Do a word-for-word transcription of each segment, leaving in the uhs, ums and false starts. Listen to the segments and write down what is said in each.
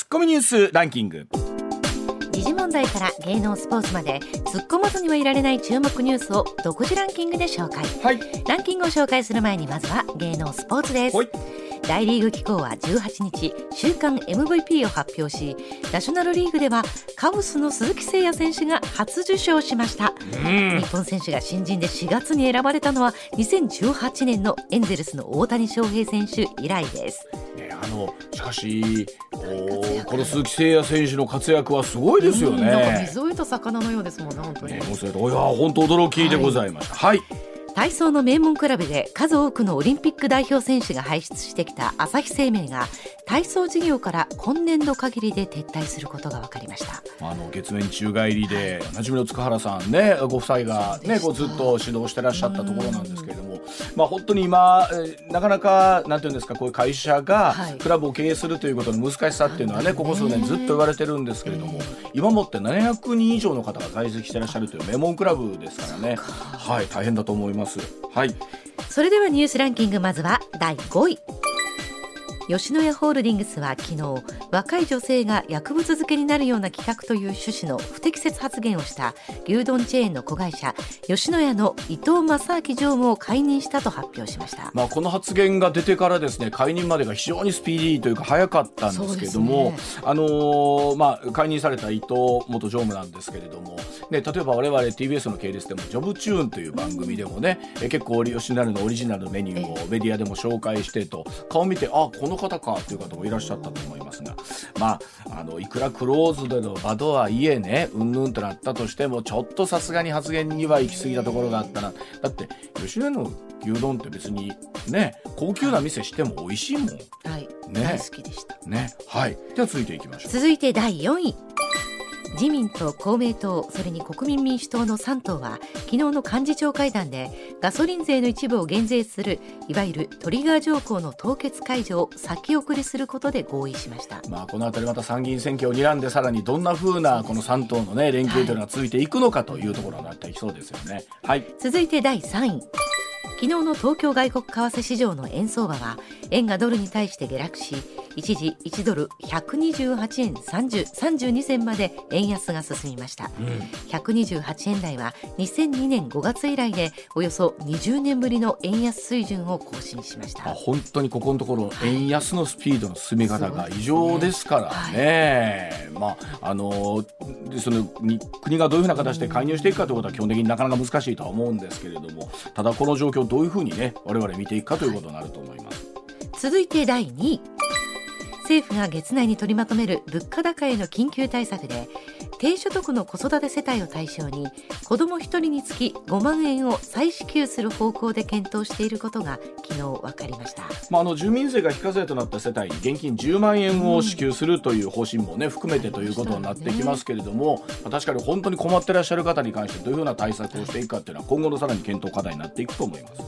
ッコミニュースランキング。 時事問題から芸能スポーツまで突っ込まずにはいられない注目ニュースを独自ランキングで紹介、 はい、 ランキングを紹介する前にまずは芸能スポーツです。大リーグ機構はじゅうはちにち週間 エムブイピー を発表し、ナショナルリーグではカブスの鈴木誠也選手が初受賞しました。日本選手が新人でしがつに選ばれたのはにせんじゅうはちねんのエンゼルスの大谷翔平選手以来です、 ね、あのしかしこの鈴木誠也選手の活躍はすごいですよね。 なんか水を得た魚のようですもんね、本当に、 ね、もうそれいや本当驚きでございました。はい、はい、 体操の名門クラブで数多くのオリンピック代表選手が輩出してきた朝日生命が体操事業から今年度限りで撤退することが分かりました。 あの月面宙返りでおなじみの塚原さんね、ご夫妻が、ね、こうずっと指導してらっしゃったところなんですけれども、まあ、本当に今なかなかなんていうんですか、こういう会社がクラブを経営するということの難しさっていうのはね、ここ数年ずっと言われてるんですけれども、今もってななひゃくにん以上の方が在籍してらっしゃるという名門クラブですからね、はい、大変だと思います。はい、 それではニュースランキング、まずはだいごい。吉野家ホールディングスは昨日、若い女性が薬物漬けになるような企画という趣旨の不適切発言をした牛丼チェーンの子会社吉野家の伊藤正明常務を解任したと発表しました。 まあ、この発言が出てからですね、解任までが非常にスピーディーというか早かったんですけれども、ね、あのーまあ、解任された伊藤元常務なんですけれども、ね、例えば我々 ティービーエス の系列でもジョブチューンという番組でもね、え結構吉野家のオリジナルメニューをメディアでも紹介してと、顔見てあこの方かという方もいらっしゃったと思いますが、まあ、あのいくらクローズドの場とはいえね、うんぬんとなったとしてもちょっとさすがに発言には行き過ぎたところがあったな。だって吉野家の牛丼って別にね高級な店しても美味しいもん、はい、ね、 大好きでしたね。はい、では続いていきましょう。 続いてだいよんい。自民と公明党、それに国民民主党のさん党は昨日の幹事長会談でガソリン税の一部を減税するいわゆるトリガー条項の凍結解除を先送りすることで合意しました。 まあ、このあたりまた参議院選挙を睨んでさらにどんな風なこのさん党の、ね、連携というのが続いていくのかというところになっていきそうですよね。はい、続いてだいさんい。昨日の東京外国為替市場の円相場は円がドルに対して下落し、一時いちドルひゃくにじゅうはちえんさんじゅうにせんまで円安が進みました、うん、ひゃくにじゅうはちえん台はにせんにねんごがつ以来でおよそにじゅうねんぶりの円安水準を更新しました。 本当にここのところ円安のスピードの進み方が異常ですからね、はい、まああのその国がどういうふうな形で介入していくかということは基本的になかなか難しいとは思うんですけれども、ただこの状況をどういうふうにね我々見ていくかということになると思います。 続いてだいにい。政府が月内に取りまとめる物価高への緊急対策で低所得の子育て世帯を対象に子どもひとりにつきごまんえんを再支給する方向で検討していることが昨日分かりました。 まあ、あの住民税が非課税となった世帯に現金じゅうまんえんを支給するという方針も、ね、含めてということになってきますけれども、まあ、確かに本当に困っていらっしゃる方に関してどういうふうな対策をしていくかというのは今後のさらに検討課題になっていくと思います。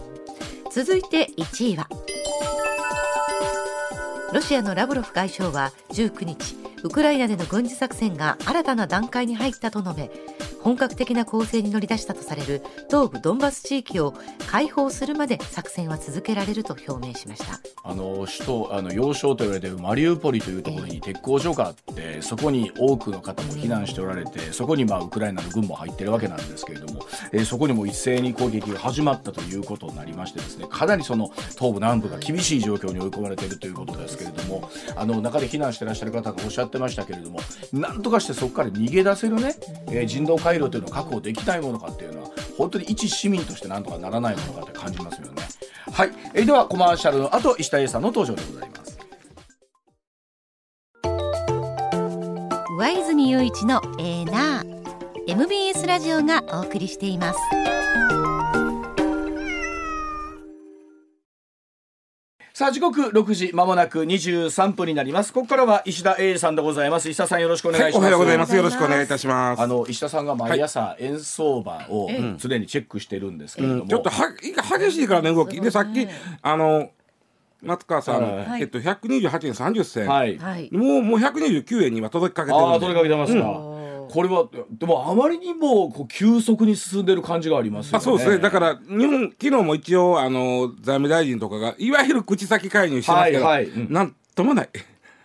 続いていちいはロシアのラブロフ外相はじゅうくにち、ウクライナでの軍事作戦が新たな段階に入ったと述べ、本格的な攻勢に乗り出したとされる東部ドンバス地域を解放するまで作戦は続けられると表明しました。 あの首都あの要衝と言われているマリウポリというところに鉄工所があって、えー、そこに多くの方も避難しておられて、そこにまあウクライナの軍も入っているわけなんですけれども、えー、そこにも一斉に攻撃が始まったということになりましてですね、かなりその東部南部が厳しい状況に追い込まれているということですけれども、あの中で避難していらっしゃる方がおっしゃってましたけれども、なんとかしてそこから逃げ出せるね、えー、人道回廊というのを確保できないものかっていうのは本当に一市民としてなんとかならないものかって感じますよね。はい、えー、ではコマーシャルの後石田 A さんの登場でございます。 上泉雄一のエーナー エムビーエス ラジオがお送りしています。 さあ時刻ろくじまもなくにじゅうさんぷんになります。ここからは石田 A さんでございます。石田さんよろしくお願いします。はい、 おはようございます。よろしくお願いいたします。 あの石田さんが毎朝円相場を常にチェックしてるんですけれども、 うん、ちょっとは激しいからね動きで、さっきあの松川さん、はい、えっと、ひゃくにじゅうはちえんさんじゅっせん、はい、もうもうひゃくにじゅうきゅうえんに今届きかけてるんで。 ああ届きかけてますか、うん、これはでもあまりにもこう急速に進んでる感じがありますよね。 あ、そうですね。だから日本昨日も一応あの財務大臣とかがいわゆる口先介入してますけど、はいはい、うん、なんともない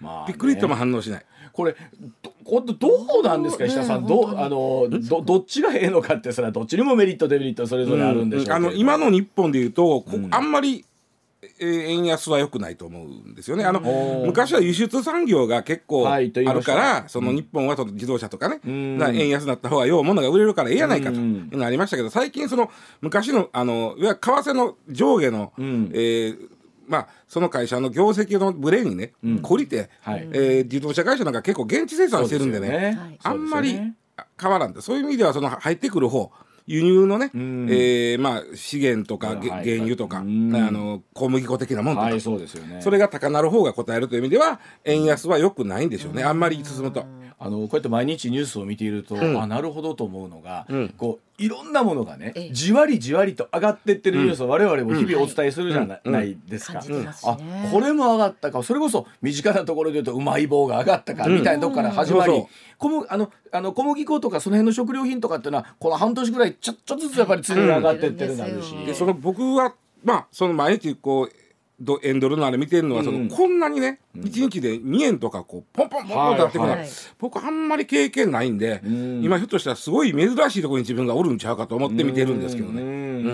まあね、 びっくりっても反応しない。 これど, どうなんですか、石田さん、ど, あの ど, どっちがええのかって、それはどっちにもメリットデメリットそれぞれあるんでしょうけど、うん、 あの今の日本でいうと、こあんまり円安は良くないと思うんですよね。あの昔は輸出産業が結構あるから、はい、その日本は自動車とかね、うん、円安になった方がよう物が売れるからええやないかというのがありましたけど、最近その昔のあのいわゆる為替の上下の、うんえーまあ、その会社の業績のブレにね、うん、懲りて、はいえー、自動車会社なんか結構現地生産してるんでね、ねあんまり変わらんで、そういう意味ではその入ってくる方輸入のね、うんえーまあ、資源とか、はい、原油とか、うん、あの小麦粉的なもんとか、はい そうですよね、それが高なる方が応えるという意味では円安は良くないんでしょうね、うん、あんまり進むと。 あのこうやって毎日ニュースを見ていると、うん、あなるほどと思うのが、うん、こういろんなものがねじわりじわりと上がってってるニュースを我々も日々お伝えするじゃないですか、うんうん、あこれも上がったか、それこそ身近なところで言うとうまい棒が上がったかみたいなとこから始まり、うん、小麦あのあの小麦粉とかその辺の食料品とかっていうのはこの半年ぐらいちょっとずつやっぱり次に上がってってるなるし、 でその僕はまあその毎日こう円ドルのあれ見てるのはその、うん、こんなにね、うん、いちにちでにえんとかこうポンポンポンポンってなってくる、はいはい、僕あんまり経験ないんで、うん、今ひょっとしたらすごい珍しいところに自分がおるんちゃうかと思って見てるんですけどね。うんうん、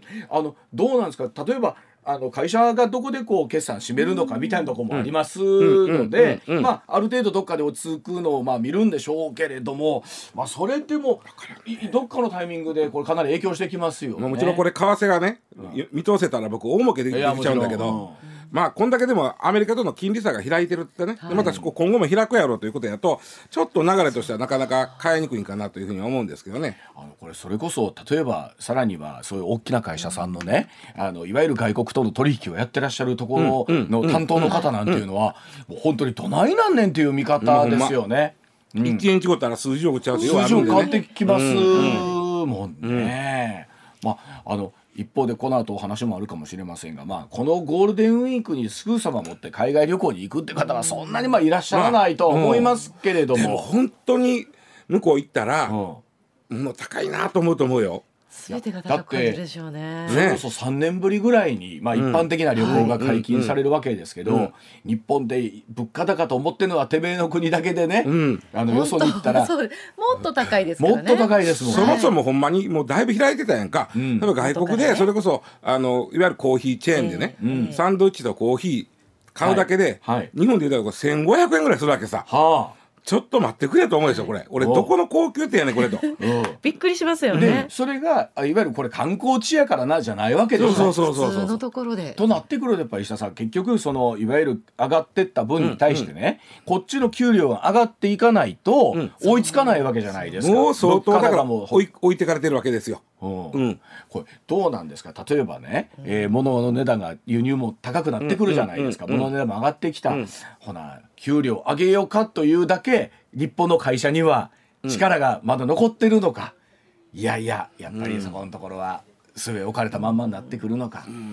あのどうなんですか、例えばあの会社がどこでこう決算締めるのかみたいなところもありますので、まあある程度どっかで落ち着くのをまあ見るんでしょうけれども、まあそれでもどっかのタイミングでこれかなり影響してきますよね。 もちろんこれ為替がね、うん、見通せたら僕大儲けできちゃうんだけど、まあこんだけでもアメリカとの金利差が開いてるってね、はい、でまた今後も開くやろうということやとちょっと流れとしてはなかなか変えにくいんかなというふうに思うんですけどね。 あのこれそれこそ例えばさらにはそういう大きな会社さんのね、あのいわゆる外国との取引をやってらっしゃるところの担当の方なんていうのは、もう本当にどないなんねんっていう見方ですよね。 うん、いちにちごたら数字を打ち合わせようあるんでね、数字を変わってきますもんね。うんうん、まああの一方でこの後お話もあるかもしれませんが、まあ、このゴールデンウィークにすぐさま持って海外旅行に行くって方はそんなにまあいらっしゃらないとは思いますけれども、まあうん、でも本当に向こう行ったら、うん、もう高いなと思うと思うよ。 全てが高く感じるでしょうね。 それこそさんねんぶりぐらいに、まあ、一般的な旅行が解禁されるわけですけど、うんはい、日本で物価高と思ってるのはてめえの国だけでね、うん、あのよそに行ったらもっと高いですからね。 もっと高いですもんね。 そもそもほんまにもうだいぶ開いてたやんか、うん、例えば外国でそれこそあのいわゆるコーヒーチェーンでね、えーうん、サンドイッチとコーヒー買うだけで、はいはい、日本で言うとせんごひゃくえんぐらいするわけさ、はあ、ちょっと待ってくれと思うでしょこれ。俺どこの高級店やねんこれと、うん、 びっくりしますよね。 でそれがいわゆるこれ観光地やからなじゃないわけですよ。 そうそうそうそう普通のところでとなってくるとやっぱり石田さん、結局そのいわゆる上がってった分に対してね、うんうん、こっちの給料が上がっていかないと追いつかないわけじゃないですか。 もう相当だからもう置い、置いてかれてるわけですよ。 うんうん、これどうなんですか。例えばね、えー、物の値段が輸入も高くなってくるじゃないですか、うんうんうん、物の値段も上がってきた、うん、ほな給料上げようかというだけ日本の会社には力がまだ残ってるのか、うん、いやいややっぱりそこのところは据え置かれたまんまになってくるのか、 うん、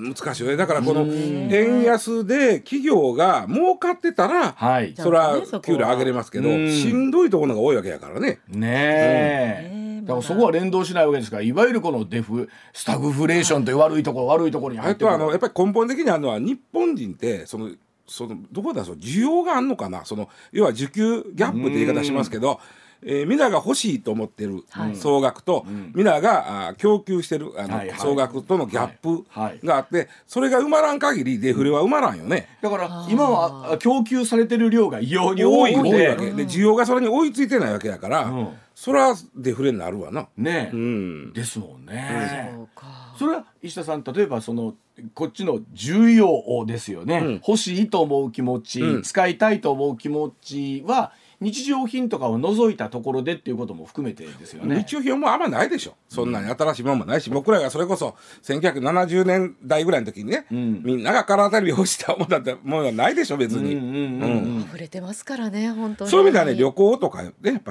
難しいよね。だからこの円安で企業が儲かってたら、はい、それは給料上げれますけど、しんどいところが多いわけやからね。 ねえ、うんだからそこは連動しないわけですから、いわゆるこのデフスタグフレーションという悪いところ、はい、悪いところに入ってくる。 あとあのやっぱり根本的にあるのは日本人ってそのそのどこだそう需要があるのかな、その要は需給ギャップって言い方しますけど、えー、皆が欲しいと思ってる総額と、はい、皆があ供給してるあの、はいはい、総額とのギャップがあって、はいはい、それが埋まらん限りデフレは埋まらんよね。 だから今は供給されてる量が異様に多いので、 多いわけで需要がそれに追いついてないわけだから、うん、それはデフレになるわな。 ねえ、うん、ですもんね。そうか。それは石田さん、例えばそのこっちの需要ですよね、うん、欲しいと思う気持ち、うん、使いたいと思う気持ちは日常品とかを除いたところでっていうことも含めてですよね。 日用品もあんまないでしょ。そんなに新しいものもないし、うん、僕らがそれこそせんきゅうひゃくななじゅうねんだいぐらいの時にね、うん、みんながカラーテレビ欲しいと思ったものはないでしょ別に。 溢れてますからね本当に。 そういう意味ではね旅行とかねやっぱり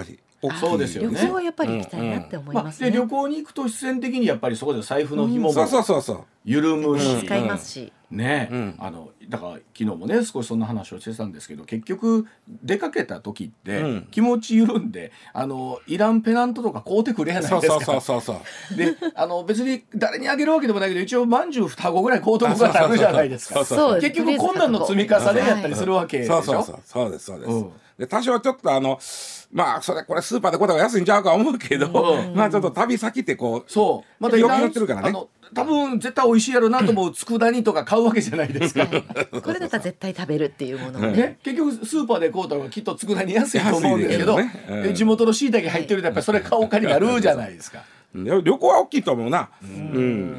そうですよね。 旅行はやっぱり行きたいなって思いますね。 で旅行に行くと必然的にやっぱりそこで財布の紐もそうそうそうそう緩むし、 使いますしね、 うん、 あのだから昨日もね少しそんな話をしてたんですけど、結局出かけた時って気持ち緩んで、うん、あのいらんペナントとか買うてくれやないですか。 そうそうそうそうであの別に誰にあげるわけでもないけど、一応まんじゅうに箱ぐらい買うとこがあるじゃないですか。結局こんなんの積み重ねやったりするわけでしょ。 そうそうそうそうですそうです、うん、で多少ちょっとあのまあそれこれスーパーで買うた方が安いんちゃうか思うけど、うん、まあちょっと旅先ってこうそうまたよくなってるからね、あの多分絶対美味しいやろなと思う佃煮とか買うわけじゃないですか。 これだったら絶対食べるっていうものをね、 ね、結局スーパーで買うた方がきっと佃煮安いと思うんですけど、ね、うん、地元の椎茸入ってるとやっぱりそれ買おうかになるじゃないですか。 旅行は大きいと思うな、 うんうん、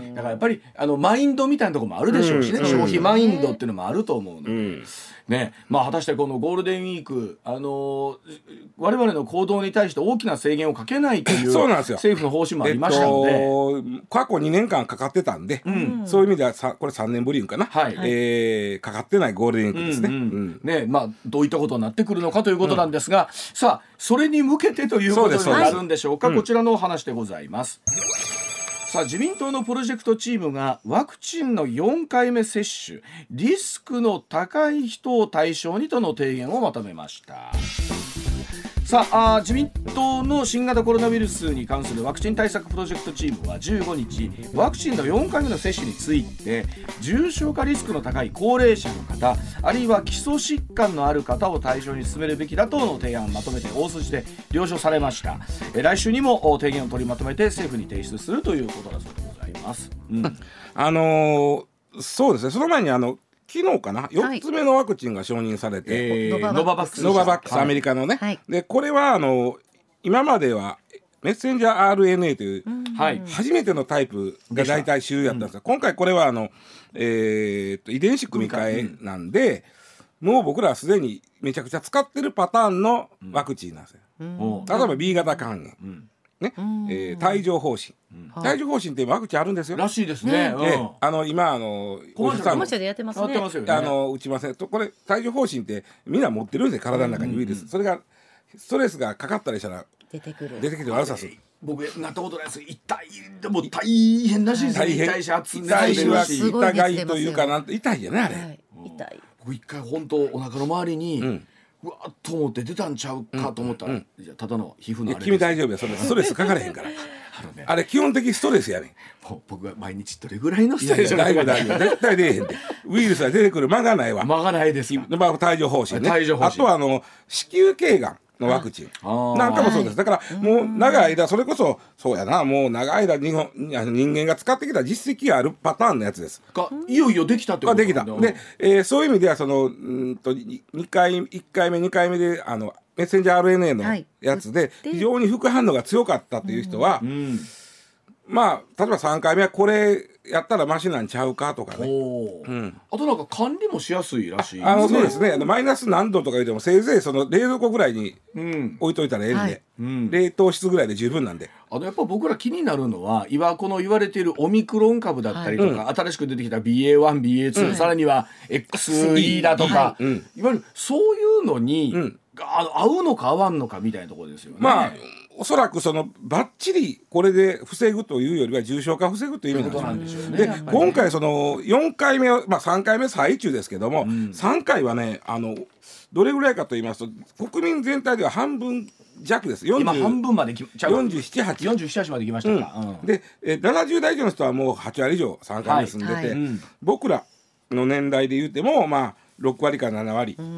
だからやっぱりあのマインドみたいなところもあるでしょうしね、うん、消費マインドっていうのもあると思うので、うんね、まあ、果たしてこのゴールデンウィーク、あのー、我々の行動に対して大きな制限をかけないという政府の方針もありましたので、えっと、 過去にねんかんかかってたんで、うん、そういう意味ではさこれさんねんぶりかな、はい、えー、かかってないゴールデンウィークですね、うんうんうん、 ね、まあ、どういったことになってくるのかということなんですが、うん、さあそれに向けてということになるんでしょうか。こちらのお話でございます。さあ自民党のプロジェクトチームがワクチンのよんかいめ接種リスクの高い人を対象にとの提言をまとめました。さあ、あ自民党の新型コロナウイルスに関するワクチン対策プロジェクトチームはじゅうごにちワクチンのよんかいめの接種について重症化リスクの高い高齢者の方あるいは基礎疾患のある方を対象に進めるべきだとの提案をまとめて大筋で了承されました。え来週にも提言を取りまとめて政府に提出するということだそうでございます、うん、 あのー、そうですね。その前にあの昨日かなよっつめのワクチンが承認されて、はい、 えー、ノババックスノババックス、はい、アメリカのね、はい、でこれはあの今まではメッセンジャー アールエヌエー という、うん、初めてのタイプが大体主流やったんですが、うん、今回これはあの、えー、っと遺伝子組み換えなんで、うん、もう僕らはすでにめちゃくちゃ使ってるパターンのワクチンなんですよ、うん、例えば ビー 型肝炎、うんねえー、帯状疱疹、うん、帯状疱疹ってワクチンあるんですよらしいですね、 うん、あの今あのコマーシャルでやってますね。 あの打ちませんとこれ帯状疱疹ってみんな持ってるんですよ体の中にウイルス、うんうん、それがストレスがかかったりしたら出てくる出てきて悪さする。 僕なったことないです痛いでも大変らしいですね。痛いし熱い痛いし痛がいというかなんて痛いよねあれ、はい、 痛い。 僕一回本当お腹の周りに、うんうわっと思って出たんちゃうかと思ったら、うんうん、いやただの皮膚のあれです。 君大丈夫やそれストレスかかれへんからあの、ね、あれ基本的ストレスやねん。 もう僕は毎日どれぐらいのストレス大丈夫大丈夫絶対出えへんでウイルスは出てくる間がないわ。 間がないですか。 まあ、帯状疱疹ね。あとはあの子宮頸がんのワクチンなんかもそうです。だからもう長い間それこそそうやなもう長い間日本人間が使ってきた実績があるパターンのやつですがいよいよできたってことできたで、えー、そういう意味ではそのんとにかいいっかいめにかいめであのメッセンジャー アールエヌエー のやつで非常に副反応が強かったっていう人は、うんうんまあ例えばさんかいめはこれやったらマシなんちゃうかとかね、 うん、あとなんか管理もしやすいらしい、ね、 あのそうですねマイナス何度とか言ってもせいぜいその冷蔵庫ぐらいに置いといたらええんで、はいうん、冷凍室ぐらいで十分なんで。 あのやっぱ僕ら気になるのは今この言われているオミクロン株だったりとか、はい、新しく出てきた ビーエーワン、ビーエーツー、うん、さらには エックスイー だとか、はいうん、いわゆるそういうのに、うん、あ合うのか合わんのかみたいなところですよね。 まあおそらくそのバッチリこれで防ぐというよりは重症化を防ぐという意味なんですよね。で今回そのよんかいめは、まあ、さんかいめ最中ですけども、うん、さんかいはねあのどれぐらいかと言いますと国民全体では半分弱です。 今半分まできちゃうよんじゅうなな、はち よんじゅうなな、はちまで来ましたか、うんうん、でえななじゅう代以上の人はもうはちわり以上さんかいめ住んでて、はいはいうん、僕らの年代で言うてもまあろくわりからななわり、うん、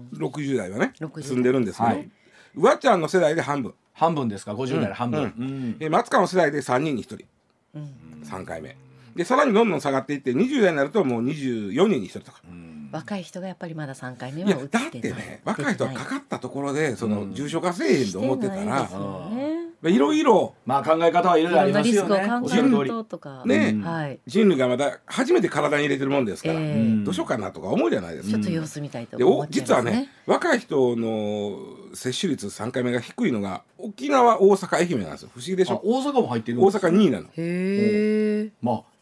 ろくじゅう代はね住んでるんですけど、はい、うわちゃんの世代で半分半分ですかごじゅう代の半分、うんうんえ松川の世代でさんにんにひとり、うん、さんかいめでさらにどんどん下がっていってにじゅう代になるともうにじゅうよにんにひとりとか、うん、 若い人がやっぱりまださんかいめは打ってない。 だってね若い人はかかったところでその重症化せえへんと思ってたらいろいろまあ考え方はいろいろありますよね。 人類とかね、うんはい、 人類がまだ初めて体に入れてるもんですから、えー、どうしようかなとか思うじゃないですか。 ちょっと様子見たいと思っちゃいますね。 実はね若い人の接種率さんかいめが低いのが沖縄大阪愛媛なんですよ。不思議でしょ。 大阪も入ってるんですか。大阪にいなの。 へえ。 まあ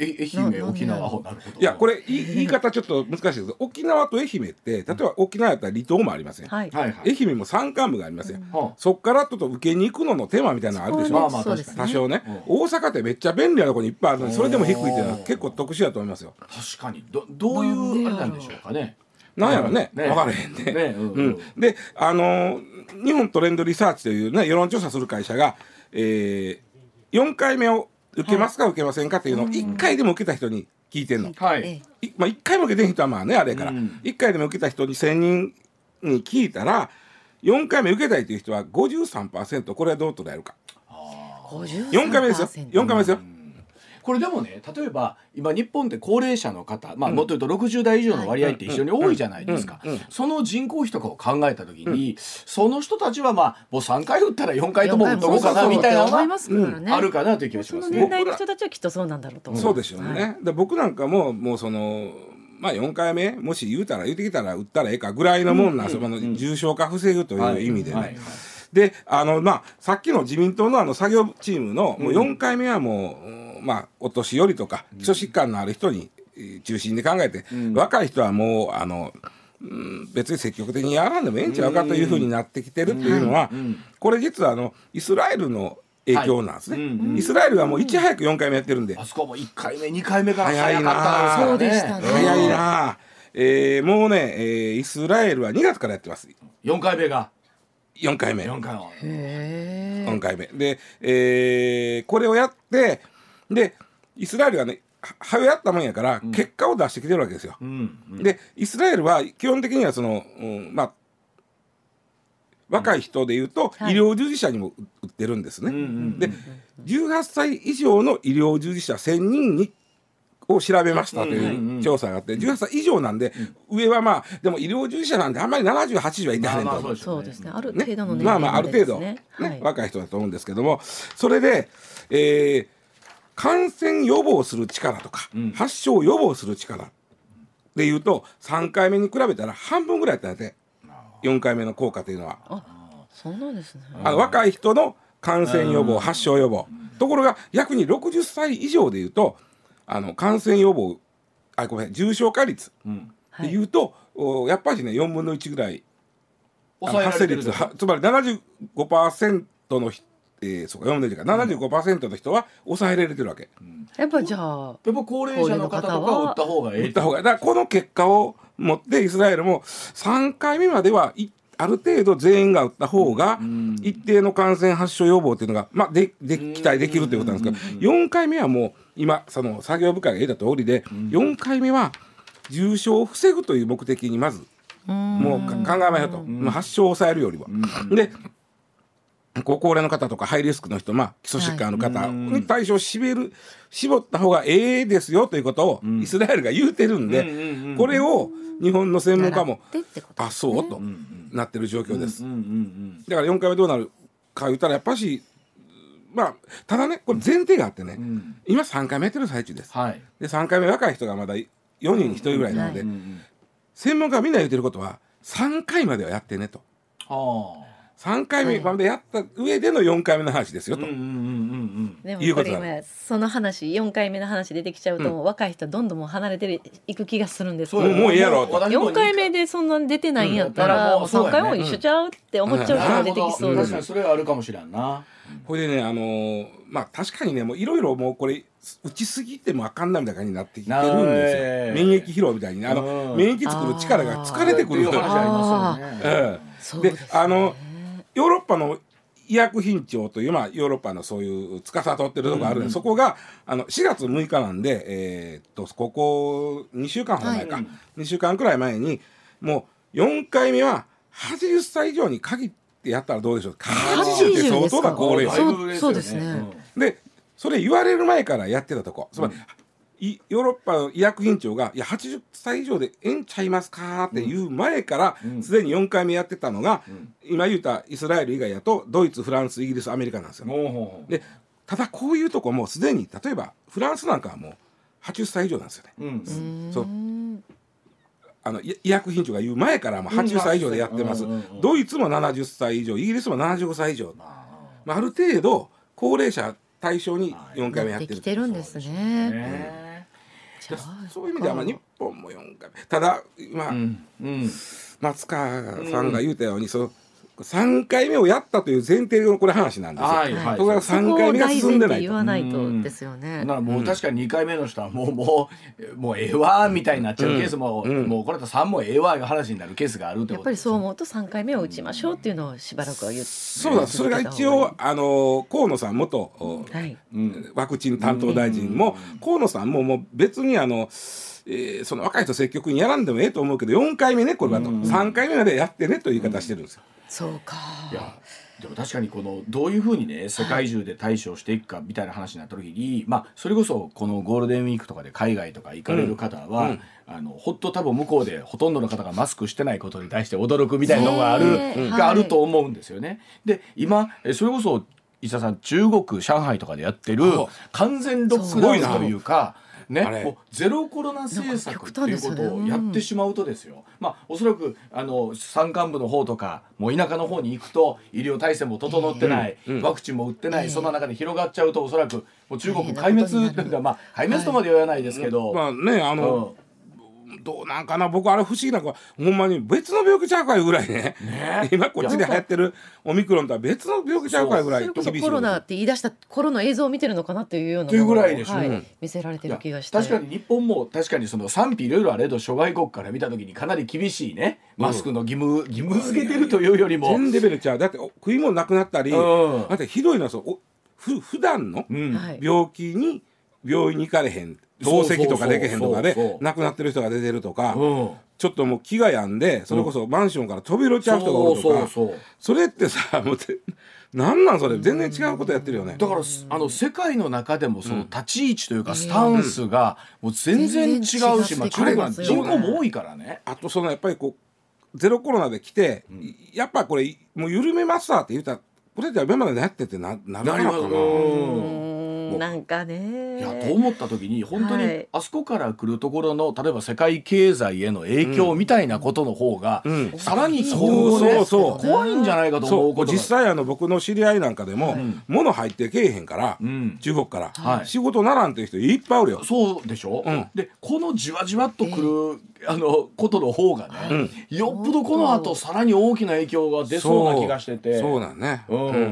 え愛媛沖縄。なるほど。 いやこれ言い方ちょっと難しいですけど、沖縄と愛媛って例えば沖縄やったら離島もありません、はい、愛媛も山間部がありますよ、うん、そっからちょっと受けに行くのの手間みたいなのあるでしょ。まあまあ確かに多少ね、うん、大阪ってめっちゃ便利なところにいっぱいあるのにそれでも低いっていうのは結構特殊だと思いますよ。 確かに ど, どういうあれなんでしょうかね。 なんやろね、分からへんね。ね、うんうん、で、あのー、日本トレンドリサーチという、ね、世論調査する会社が、えー、よんかいめを受けますか、はい、受けませんかっていうのをいっかいでも受けた人に聞いてんの、はいいまあ、いっかいも受けてん人はまあねあれやから、うん、いっかいでも受けた人にせんにんに聞いたらよんかいめ受けたいという人は ごじゅうさんパーセント。 これはどう捉えるか。よんかいめですよ。よんかいめですよ。 これでもね、例えば今日本って高齢者の方、まあ、もっと言うとろくじゅうだい以上の割合って非常に多いじゃないですか。その人口比とかを考えた時に、うん、その人たちはまあもうさんかい打ったらよんかいとも打っとこうかなみたいなのがあるかなという気がしますね。 その年代の人たちはきっとそうなんだろうと思う。 そうでしょうね、はい、で僕なんかももうそのまあよんかいめもし言うたら言うてきたら打ったらええかぐらいのもんな、その重症化防ぐという意味でね、はいはいはい。であのまあさっきの自民党のあの作業チームのもうよんかいめはもう、うんまあ、お年寄りとか基礎疾患のある人に中心に考えて、うん、若い人はもうあの、うん、別に積極的にやらんでもええんちゃうかというふうになってきてるっていうのは、うん、これ実はあのイスラエルの影響なんですね、はいうんうん、イスラエルはもういち早くよんかいめやってるんで、 あそこもいっかいめにかいめから早かった。 そうでしたね。 早いな、えー、もうね、えー、イスラエルはにがつからやってます。 よんかいめがよんかいめよんかいめへよんかいめで、えー、これをやってでイスラエルがねはよやったもんやから結果を出してきてるわけですよ、うんうん、でイスラエルは基本的にはその、うん、まあ若い人でいうと医療従事者にも打ってるんですね、はい、でじゅうはっさい以上の医療従事者せんにんにを調べましたという調査があって、じゅうはっさい以上なんで、うん、上はまあでも医療従事者なんであんまりななじゅうはちじゅうはいてはねんと、まあまあそうですね、ある程度の年齢までですね、 まあまあある程度、ねはい、若い人だと思うんですけども、それで、えー、感染予防する力とか、うん、発症予防する力でいうとさんかいめに比べたら半分ぐらいだったんで、よんかいめの効果というのは。 あ、そうなんですね。 あの若い人の感染予防、発症予防、ところが逆にろくじゅっさい以上でいうとあの感染予防あごめん重症化率でいうと、はい、やっぱりねよんぶんのいちぐらい発生率、つまり ななじゅうごパーセント の人、えー、そうかよんぶんのいちか ななじゅうごパーセント の人は抑えられてるわけ、うん、 やっぱじゃあやっぱ高齢者の方とかは打った方がいい、 打った方がいい。だからこの結果を持ってイスラエルもさんかいめまではいある程度全員が打った方が一定の感染発症予防っていうのが、まあ、でで期待できるということなんですけど、よんかいめはもう今その作業部会が言った通りで、よんかいめは重症を防ぐという目的にまずもう考えましょうと、まあ、発症を抑えるよりは。でご高齢の方とかハイリスクの人、まあ、基礎疾患の方に対象を絞る、絞った方がええですよということをイスラエルが言うてるんで、これを日本の専門家もあそうとなってる状況です。だからよんかいめどうなるか言ったらやっぱしまあただねこれ前提があってね、今さんかいめやってる最中です。でさんかいめ若い人がまだよにんにひとりぐらいなので、専門家がみんな言ってることはさんかいまではやってねと。さんかいめまでやった上でのよんかいめの話ですよと。 でもこれ今その話よんかいめの話出てきちゃうと、うん、若い人どんどんもう離れていく気がするんですけど、 もうええやろと。 よんかいめでそんな出てないんやったら、うん、もうさんかいも一緒ちゃうって思っちゃう人が出てきそうです。 確かにそれはあるかもしれんな。 これでねあのー、まあ確かにねもういろいろもうこれ打ちすぎてもあかんなみたいな感じになってきてるんですよ。免疫疲労みたいにあの免疫作る力が疲れてくる話ありますよね。であのヨーロッパの医薬品庁という、まあ、ヨーロッパのそういう司ってるところがあるんで、うんうん、そこがあのしがつむいかなんで、えー、っとここにしゅうかんほど前か、はい、にしゅうかんくらい前にもうよんかいめははちじゅっさい以上に限ってやったらどうでしょうか。はちじゅうって相当な高齢者。 そう、そうですね。 でそれ言われる前からやってたとこ、つまり、うんヨーロッパの医薬品庁がいやはちじゅっさい以上でええんちゃいますかっていう前からすで、うん、によんかいめやってたのが、うん、今言ったイスラエル以外やとドイツ、フランス、イギリス、アメリカなんですよ。でただこういうとこもすでに例えばフランスなんかはもうはちじゅっさい以上なんですよね。うん、そうあの医薬品庁が言う前からもうはちじゅっさい以上でやってます。ドイツもななじゅっさい以上、イギリスもななじゅうごさい以上、まあ、ある程度高齢者対象によんかいめやってる。 できてるんですね。 そういう意味ではまあ日本もよんかいめただ今、うんうん、松川さんが言うたように、うん、そのさんかいめをやったという前提のこれ話なんですよ。はいはい、ところがさんかいめが進んでないと。 言わないとですよね。 だからもう確かににかいめの人はもうもうもうええわみたいになっちゃうケースも、うん、もうこれとさんもええわいう話になるケースがあるってことです。 やっぱりそう思うとさんかいめを打ちましょうっていうのをしばらくは言って。 そうだ、それが一応あの河野さん元、はいうん、ワクチン担当大臣も、うん、河野さんももう別にあの。えー、その若い人積極にやらんでもええと思うけどよんかいめねこれはと、うん、さんかいめまでやってねという言い方してるんですよ。 そうか。 いやでも確かにこのどういうふうにね世界中で対処していくかみたいな話になった時に、はい、まあそれこそこのゴールデンウィークとかで海外とか行かれる方は、うんうん、あのほっと多分向こうでほとんどの方がマスクしてないことに対して驚くみたいなのがある、えー、があると思うんですよね。はい、で今それこそ石田さん中国上海とかでやってる完全ロックダウンというかね、もうゼロコロナ政策っていうことをやってしまうとですよ、まあおそらくあの山間部の方とかもう田舎の方に行くと医療体制も整ってない、えー、ワクチンも打ってない、えー、その中で広がっちゃうとおそらくもう中国壊滅というか、まあ壊滅とまでは言わないですけど、 はい、まあねあの、うんどうなんかな僕あれ不思議なほんまに別の病気ちゃうかいぐらい ね, ね今こっちで流行ってるオミクロンとは別の病気ちゃうかいぐらいそれこそコロナって言い出した頃の映像を見てるのかなっていうようなというぐらいでしょ、 はいうん、見せられてる気がして確かに日本も確かにその賛否いろいろあれど諸外国から見た時にかなり厳しいねマスクの義務、うん、義務付けてるというよりも全レベルちゃうだって食い物なくなったり、うん、だってひどいのはそうふ普段の病気に病院に行かれへん透析とかできへんとかで亡くなってる人が出てるとか、うん、ちょっともう気が病んでそれこそマンションから飛び降りちゃう人がおるとか、うん、そうそうそうそれってさもうなんなんそれ全然違うことやってるよね。 だからあの世界の中でもその立ち位置というかスタンスがもう全然違うし、うんまあ、中国は人口も多いからね。 あとそのやっぱりこうゼロコロナで来て、うん、やっぱこれもう緩めますわって言ったらこれでは今までやってってななるのかな。 なんかねいやと思った時に本当にあそこから来るところの例えば世界経済への影響みたいなことの方が、うん、さらに今後ね、そうそうそう怖いんじゃないかと思うことが実際あの僕の知り合いなんかでも、うん、物入ってけえへんから、うん、中国から、はい、仕事ならんっていう人いっぱいおるよ。 そうでしょ、うん、でこのじわじわっとくる、えー、あのことの方がね、うん、よっぽどこの後さらに大きな影響が出そうな気がしててそうなんね、うんうん、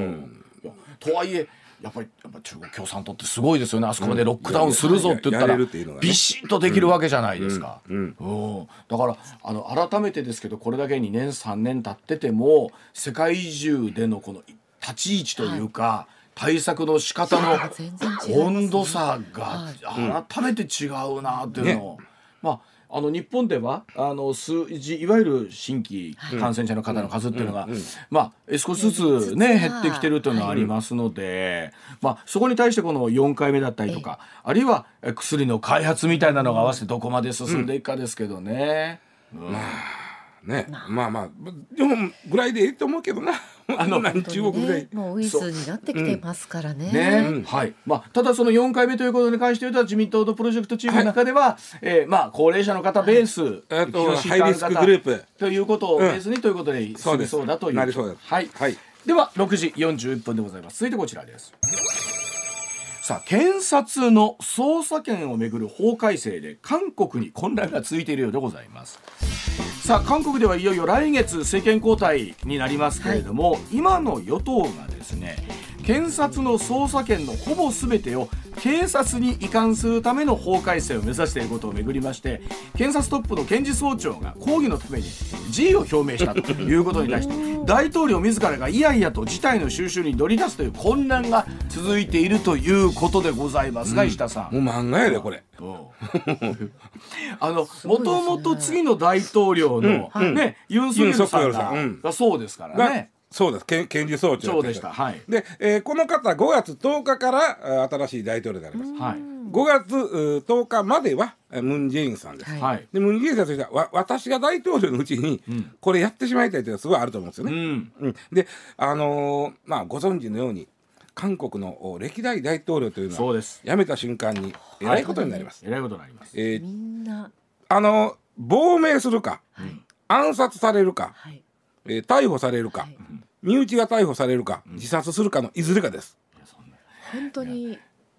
とはいえやっぱりやっぱ中国共産党ってすごいですよね。あそこまでロックダウンするぞって言ったらビシッとできるわけじゃないですか、うんうんうん、だからあの改めてですけどこれだけにねんさんねん経ってても世界中でのこの立ち位置というか、はい、対策の仕方の温度差が改めて違うなっていうのを、ね、まああの日本ではあの数字いわゆる新規感染者の方の数っていうのが、うんうんうん、まあ少しずつね減ってきてるというのはありますので、まあそこに対してこのよんかいめだったりとかあるいは薬の開発みたいなのが合わせてどこまで進んでいくかですけどね。うんうんまあね、まあまあでもぐらいでいいと思うけどなあの中国ぐらい、 ね、もうウイルスになってきてますからね。 ね、うんはいまあ、ただそのよんかいめということに関して言うと自民党のプロジェクトチームの中では、はいえーまあ、高齢者の方ベース、 はい、とハイリスクグループということをベースにということで進みそうだという、うん、 なりそうです、 はいはい、ではろくじよんじゅういっぷんでございます。続いてこちらです。さあ検察の捜査権をめぐる法改正で韓国に混乱が続いているようでございます。さあ韓国ではいよいよ来月政権交代になりますけれども、はい、今の与党がですね検察の捜査権のほぼ全てを警察に移管するための法改正を目指していることをめぐりまして検察トップの検事総長が抗議のために辞意を表明したということに対して大統領自らがいやいやと事態の収拾に乗り出すという混乱が続いているということでございますが、うん、石田さんもう漫画やでこれあのもともと次の大統領の、うんねうん、ユン・ソギョルさん が,、うん、がそうですからね。 そうです検事総長でした、はいでえー、この方ごがつとおかから新しい大統領になります、はい、ごがつとおかまではムン・ジェインさんです、はい、でムン・ジェインさんとしてはわ私が大統領のうちにこれやってしまいたいというのはすごいあると思うんですよね、うんうん、であのー、まあご存知のように韓国の歴代大統領というのは辞めた瞬間にえらいことになります、 えらいことになります、 えー、みんなあの亡命するか、はい、暗殺されるか、はいえー、逮捕されるか、はい、身内が逮捕されるか、うん、自殺するかのいずれかです。 本当に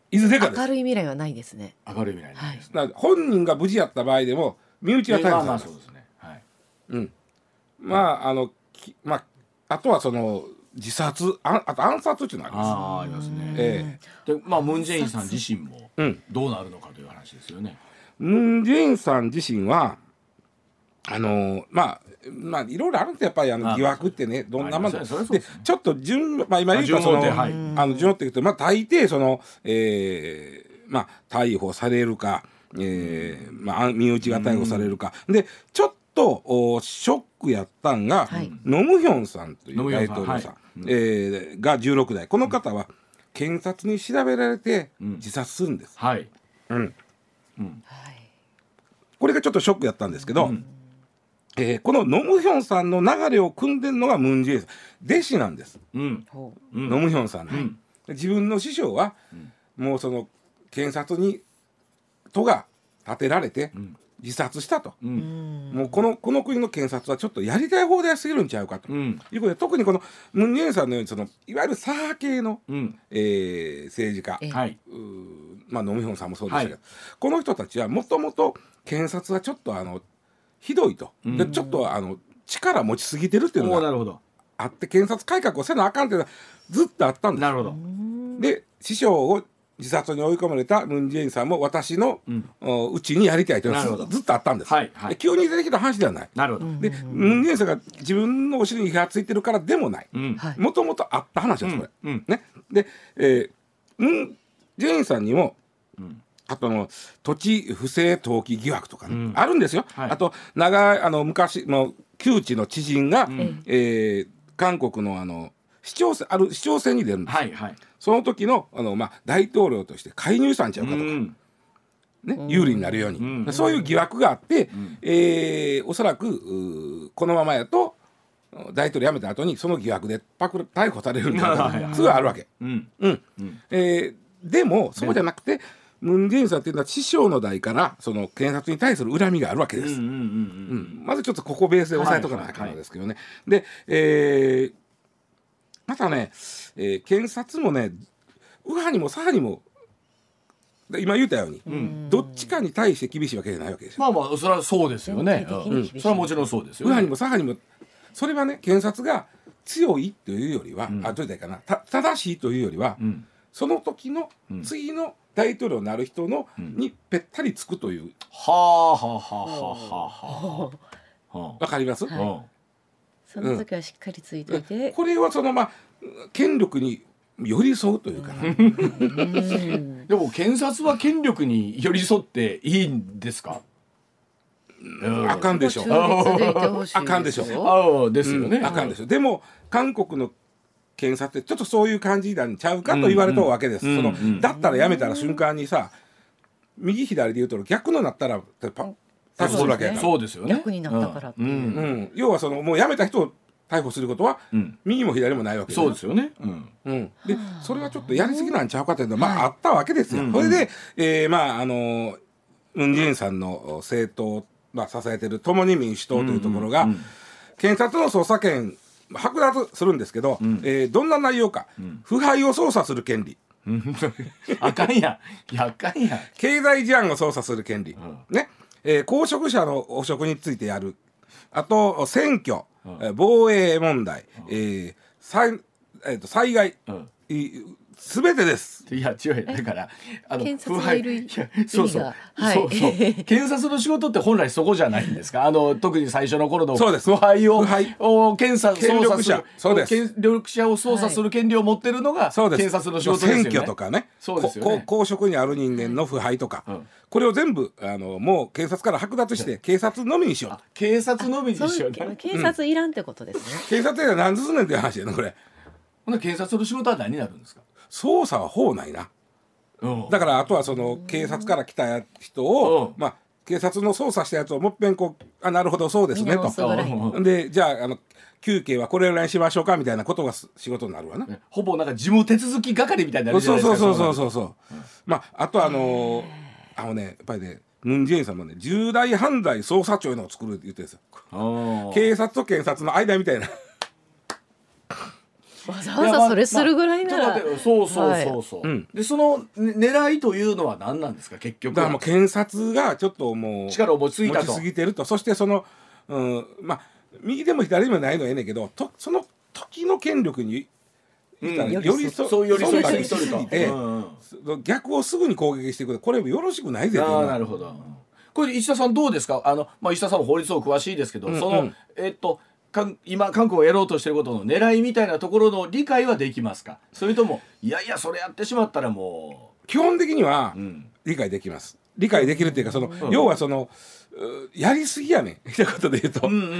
いずれかです。 明るい未来はないですね。 明るい未来ないです、 はい、本人が無事やった場合でも身内が逮捕されます。まあまあそうですね。はい。うん。まああのまああとはその自殺、あ, あと暗殺っていうのがあります。 ああ、ありますね。ええ。でまあムン・ジェインさん自身もどうなるのかという話ですよね。 うん、ムン・ジェインさん自身はあのまあまあいろいろあるんですよ。やっぱりあの疑惑ってね、どんなものでちょっと順、まあ今言ったそのあの順をって言うと、まあ大抵そのえー、まあ逮捕されるか、えー、まあ身内が逮捕されるかでちょっとおショックやったんが、はい、ノムヒョンさんという大統領さん、はい、えー、がじゅうろくだい、この方は検察に調べられて自殺するんです。 うん、はい、うんうん、これがちょっとショックやったんですけど、うん、えー、このノムヒョンさんの流れを組んでるのがムン・ジェインさん、弟子なんです、うん、ノムヒョンさん、ね、うん、自分の師匠は、うん、もうその検察に都が立てられて自殺したと、うん、もうこの、この国の検察はちょっとやりたい放題すぎるんちゃうかと、うん、いうことで、特にこのムン・ジェインさんのようにそのいわゆる左派系の、うん、えー、政治家、はい、うまあノムヒョンさんもそうでしたけど、はい、この人たちはもともと検察はちょっとあのひどいと、うん、でちょっとあの力持ちすぎてるっていうのがあって、検察改革をせなあかんっていうのはずっとあったんです。 なるほど。 で師匠を自殺に追い込まれたムン・ジェインさんも私の、うん、うちにやりたいというのはずっとあったんです、はいはい、で急に出てきた話ではない。 なるほど。 でムン・ジェインさんが自分のお尻に火がついてるからでもない、もともとあった話ですこれ、うんうん、ね、で、えー、ムン・ジェインさんにも、うん、あとの土地不正登記疑惑とか、ね、うん、あるんですよ、はい、あと長いあの昔の旧知の知人が、うん、えー、韓国のあの市長選ある市長選に出るんです、はいはい、その時の、あの、まあ、大統領として介入したんちゃうかとか、うん、ね、有利になるように、うん、そういう疑惑があって、うん、えー、おそらくこのままやと大統領辞めた後にその疑惑でパクル逮捕されるんじゃないかすぐあるわけ、うんうんうん、えー、でもそうじゃなくて、ムン・ジェインさんっていうのは師匠の代からその検察に対する恨みがあるわけです。まずちょっとここベースで押さえとかなきゃいけないですけどね、はいはい、で、えー、またね、えー、検察もね右派にも左派にも今言ったように、うん、どっちかに対して厳しいわけじゃないわけですよ。 まあまあそれはそうですよね、うん、それはもちろんそうですよ、ね、 右派にも左派にもそれはね検察が強いというよりは、うん、あどう言ったらいいかな、た正しいというよりは、うん、その時の次の大統領になる人の、うん、にぺったりつくという、 はあはあはあはあはあわかります、はい、 その時はしっかりついていて、 うん、これはそのまあ権力に寄り添うというかな、うん、 でも検察は権力に寄り添っていいんですか？ うん、あかんでしょ。あかんでしょ。あですよね、 うん、あかんでしょ。でも韓国の検察ってちょっとそういう感じなんちゃうかと言われたわけです、うんうん、そのだったらやめたら瞬間にさ右左で言うと逆のなったらパ逮捕するわけやから、 そうですよね、 逆になったからっていう、うんうん、 要はそのもうやめた人を逮捕することは、うん、右も左もないわけです、 そうですよね、うんうん、でそれはちょっとやりすぎなんちゃうかというのは、まあ、あったわけですよ、うんうん、それで、えー、まああのムン・ジェインさんの政党、まあ、支えている共に民主党というところが、うんうんうん、検察の捜査権剥奪するんですけど、うん、えー、どんな内容か、うん、腐敗を捜査する権利あかんやん、やかんやん、 経済事案を捜査する権利、うん、ね、えー、公職者の汚職についてやる、あと選挙、うん、防衛問題、うん、えー災えー、と災害、うん、すべてです。 いや違う、だからあの検察がいる意味が、 そうそう、はい、そうそう検察の仕事って本来そこじゃないんですか？あの特に最初の頃の腐敗を、を検査捜査するそうです、 権力者を捜査する権利を持ってるのが、はい、検察の仕事ですよね。 選挙とかね、 そうですよね、 公職にある人間の腐敗とか、うん、これを全部あのもう検察から剥奪して警察のみにしよう。 警察のみにしよう、ね、 警察いらんってことですね、 うん、警察で何ずつねんっていう話やなこれ。 ほんで検察の仕事は何になるんですか？ 捜査は法ないな、うん、だからあとはその警察から来た人を、うん、まあ警察の捜査したやつをもっぺんこうあなるほどそうですねと、でじゃあ、あの休憩はこれぐらいにしましょうかみたいなことが仕事になるわな、ね、 ほぼなんか事務手続き係みたいになるじゃないですか。 そうそうそうそうそうそう、うん、まああとあのー、あのねやっぱりねムン・ジェインさんもね重大犯罪捜査庁いうのを作るって言ってるんですよ。警察と検察の間みたいなわざわざそれするぐらいなら、まあまあ、 そうそうそうそう、はい、でその狙いというのは何なんですか結局。 だからもう検察がちょっともう力を持ちすぎたと持ちすぎてると。そしてその、うん、まあ右でも左でもないのはええねんけど、とその時の権力にうん、寄り添いすぎとると逆をすぐに攻撃してくる。これよろしくないぜ。 あなるほど。これ石田さんどうですか。あの、まあ、石田さんも法律を詳しいですけど、うんうん、そのえっとか今韓国がやろうとしていることの狙いみたいなところの理解はできますか。それともいやいやそれやってしまったらもう。基本的には理解できます、うん、理解できるっていうかその、うん、要はそのやりすぎやねん一言で言うと、うんうんうん、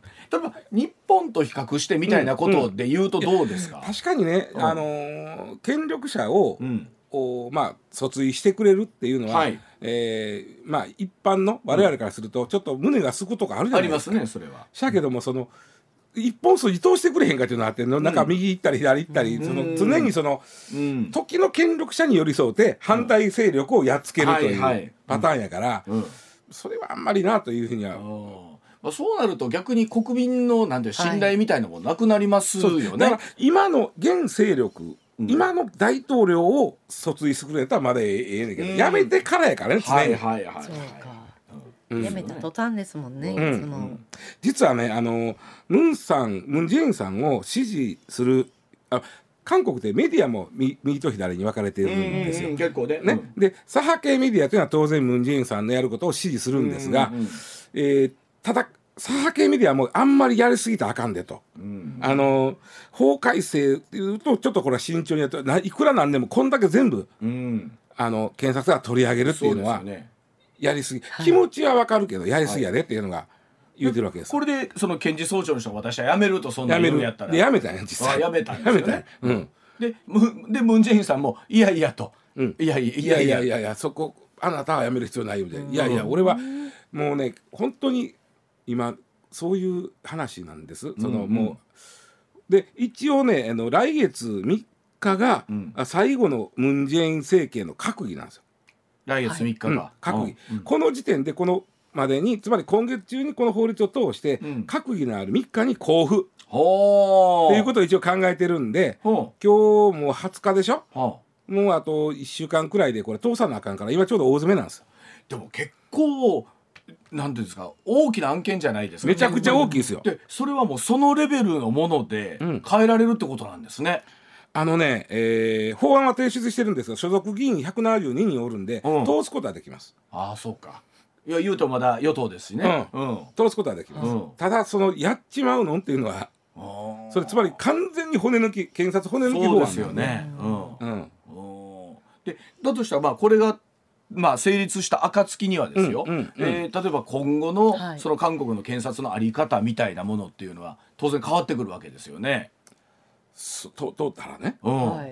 例えば日本と比較してみたいなことで言うとどうですか。 うんうん、確かにね、うん、あのー、権力者を、うんをまあ、訴追してくれるっていうのは、はいえーまあ、一般の我々からするとちょっと胸がすくとかあるじゃないですか。 ありますねそれは。 しゃけどもその一本筋通してくれへんかっていうのがあって、うん、なんか右行ったり左行ったり、うん、その常にその、うん、時の権力者に寄り添うて反対勢力をやっつけるというパターンやから、うんはいはいうんそれはあんまりなというふうには、 まあ、そうなると逆に国民のなんて信頼みたいなものなくなりますよね、はい、 だから今の現勢力、うん、今の大統領を訴追してくれたらまだええねんけど、うん、やめてからやからね常に、はいはいはいはい、そうか、 うん、やめた途端ですもんね、 うん、いつも、うん、実はねあのムンさんムンジェインさんを支持するあ韓国でメディアも右と左に分かれているんですよ。 うんうん、結構ね。 ね、うん、で左派系メディアというのは当然ムン・ジェインさんのやることを支持するんですが、うんうんうんえー、ただ左派系メディアもあんまりやりすぎたらあかんでと、うんうん、あの法改正っていうとちょっとこれは慎重にやっていくらなんでもこんだけ全部、うん、あの検察が取り上げるっていうのはやりすぎ、はい、気持ちは分かるけどやりすぎやでっていうのが。はい言うてるわけです。 これでその検事総長の人が私は辞めるとそんな言うやったらやめたんや実際。 辞めたんですよね。うん、ででムン・ジェインさんもいやいやと、うん、いやいやいやいやいやいやそこあなたは辞める必要ないよみたいな、うん、いやいや俺はもうね本当に今そういう話なんです。その、うんうん、もうで一応ねあの来月みっかが、うん、最後のムン・ジェイン政権の閣議なんですよ。 来月みっかが、 はいうん、閣議、うん、この時点でこのまでにつまり今月中にこの法律を通して、うん、閣議のあるみっかに公布ということを一応考えてるんで今日もうはつかでしょもうあといっしゅうかんくらいでこれ通さなあかんから今ちょうど大詰めなんです。 でも結構なんていうんですか大きな案件じゃないですか。 めちゃくちゃ大きいですよ。 でそれはもうそのレベルのもので変えられるってことなんですね。 うん、あのね、えー、法案は提出してるんですが所属議員ひゃくななじゅうににんおるんで、うん、通すことはできます。 ああそうか。いや言うとまだ与党ですしね、 うんうん、通すことはできます、うん、ただそのやっちまうのっていうのはそれつまり完全に骨抜き検察骨抜き法案ですよね、うんうん、でだとしたらまあこれがまあ成立した暁にはですよ、うんうんうんえー、例えば今後のその韓国の検察の在り方みたいなものっていうのは当然変わってくるわけですよね。 通ったらね、うん、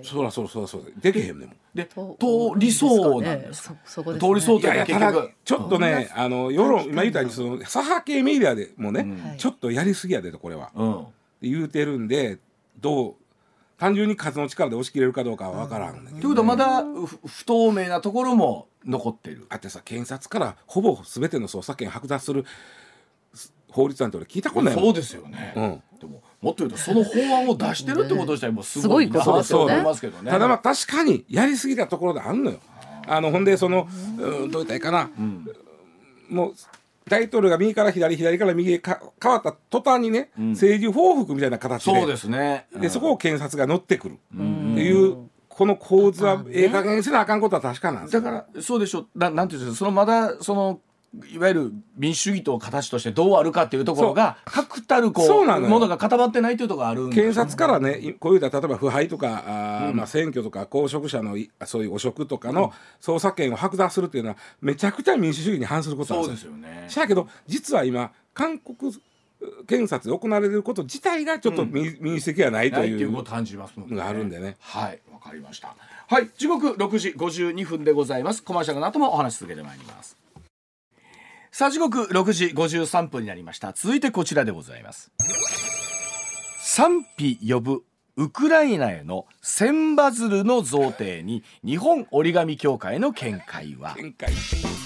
そらそらそらそらできへんねんもんで通りそうなんですか、ね、そそこですね、通りそうというか結局ちょっとね、うん、あの世論今言ったようにその左派系メディアでもね、うん、ちょっとやりすぎやでとこれは、うん、言うてるんでどう単純に数の力で押し切れるかどうかは分からん、うん、ということはまだ不透明なところも残ってる。 あってさ検察からほぼ全ての捜査権剥奪する法律なんて俺聞いたことないもん。 そうですよね、うん、でももっと言うとその法案を出してるってこと自体もすごいなと思いますけどね。 ただまあ確かにやりすぎたところであんのよ。あのほんでそのうんどう言ったらいいかな、うん、もう大統領が右から左左から右へか変わった途端にね、うん、政治報復みたいな形でそうですね、 うん、でそこを検察が乗ってくるっていうこの構図はええ加減にせなあかんことは確かなんですよ。 だからそうでしょうな、なんていうんですかそのまだそのいわゆる民主主義と形としてどうあるかっていうところが確たるこうものが固まってないというところがあるんです、ね、 検察からねこういう例えば腐敗とかあ、うんまあ、選挙とか公職者のそういう汚職とかの捜査権を剥奪するっていうのはめちゃくちゃ民主主義に反することなんですよ。そうですよね。しだけど実は今韓国検察で行われること自体がちょっと民,、うん、民主的ではないというのがあるんでね。 はいわかりました。はい時刻ろくじごじゅうにふんでございます。コマーシャルの後もお話し続けてまいります。さあ時刻ろくじごじゅうさんぷんになりました。続いてこちらでございます。賛否呼ぶウクライナへの千羽鶴の贈呈に日本折り紙協会の見解は。 見解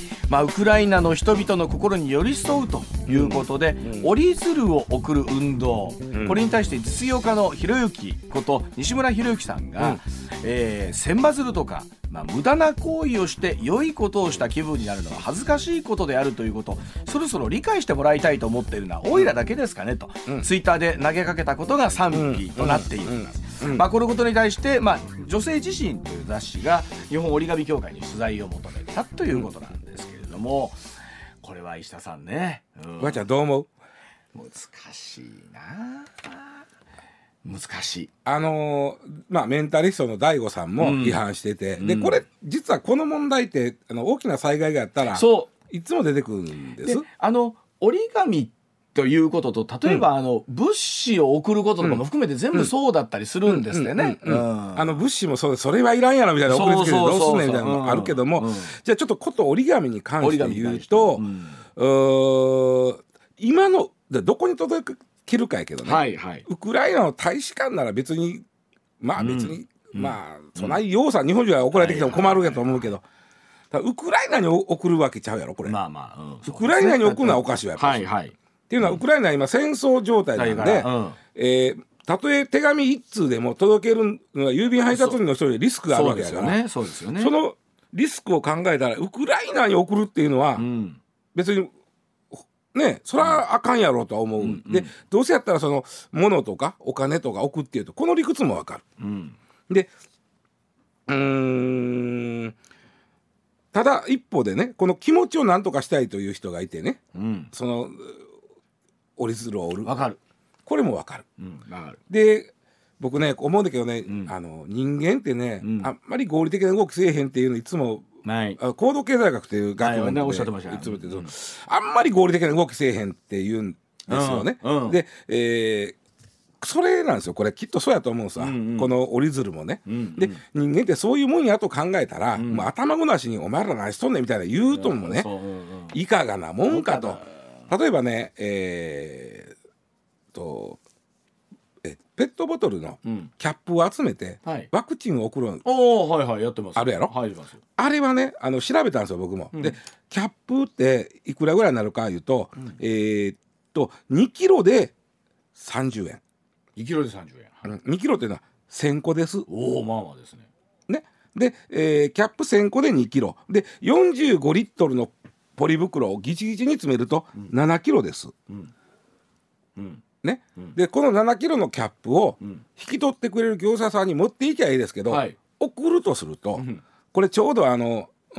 まあ、ウクライナの人々の心に寄り添うということで、うん、折り鶴を送る運動、うん、これに対して実業家のひろゆきこと西村博之さんが、うんえー、千羽鶴とか、まあ、無駄な行為をして良いことをした気分になるのは恥ずかしいことであるということをそろそろ理解してもらいたいと思っているのはオイラだけですかねと、うん、ツイッターで投げかけたことが賛否となっています、うんうんまあ、このことに対して、まあ、女性自身という雑誌が日本折り紙協会に取材を求めたということなんですけれども、これは石田さんね、 うん、ばあちゃんどう思う？ 難しいな難しいあのーまあ、メンタリストの大悟さんも批判してて、うん、でこれ実はこの問題ってあの大きな災害があったらいつも出てくるんです。 であの折り紙ということと例えば、うん、あの物資を送ることとかも含めて全部そうだったりするんですよね。 あの物資もそうでそれはいらんやろみたいな送りつけてどうすんねんみたいなのもあるけども、うん、じゃあちょっとこと折り紙に関して言うと、うん、う今のどこに届けるかやけどね、はいはい、ウクライナの大使館なら別にまあ別に、うん、まあそんなにようさん日本人が送られてきても困るやと思うけど、ウクライナに送るわけちゃうやろこれ、まあまあうん、ウクライナに送るのはおかしいわやっぱり、はいはい、っていうのはウクライナは今戦争状態なんで、うんえー、たとえ手紙一通でも届けるのは郵便配達員の人でリスクがあるわけだから、そのリスクを考えたらウクライナに送るっていうのは別にねそれはあかんやろうとは思う、うん、でどうせやったらその物とかお金とか送っていうとこの理屈もわかる、うん、でうーんただ一方でねこの気持ちを何とかしたいという人がいてね、うん、その折り鶴を折るわかるこれもわかる、 うん、わかるで僕ね思うんだけどね、うん、あの人間ってね、うん、あんまり合理的な動きせえへんっていうのいつも高度経済学という学問で、はい、おっしゃってました、いつも言って、うん、あんまり合理的な動きせえへんって言うんですよね、うんうん、で、えー、それなんですよこれきっとそうやと思うさ、うんうん、この折り鶴もね、うんうん、で人間ってそういうもんやと考えたら、うん、もう頭ごなしにお前ら何しとんねんみたいな言うともね、うんうん、いかがなもんかと例えばねえー、とえペットボトルのキャップを集めて、うん、ワクチンを送るの、 おーはいはいやってます、 あるやろ、 入ります。 あれはねあの調べたんですよ僕も、うん、でキャップっていくらぐらいになるかいうと、うん、えー、っとにキロでさんじゅうえんにキロでさんじゅうえん、 はい、にキロっていうのはせんこです。 おおまあまあですね。 ねで、えー、キャップせんこでにキロでよんじゅうごリットルのポリ袋をギチギチに詰めるとななキロです、うんうんねうん、でこのななキロのキャップを引き取ってくれる業者さんに持っていきゃいいですけど、はい、送るとすると、うん、これちょうどあの、うん、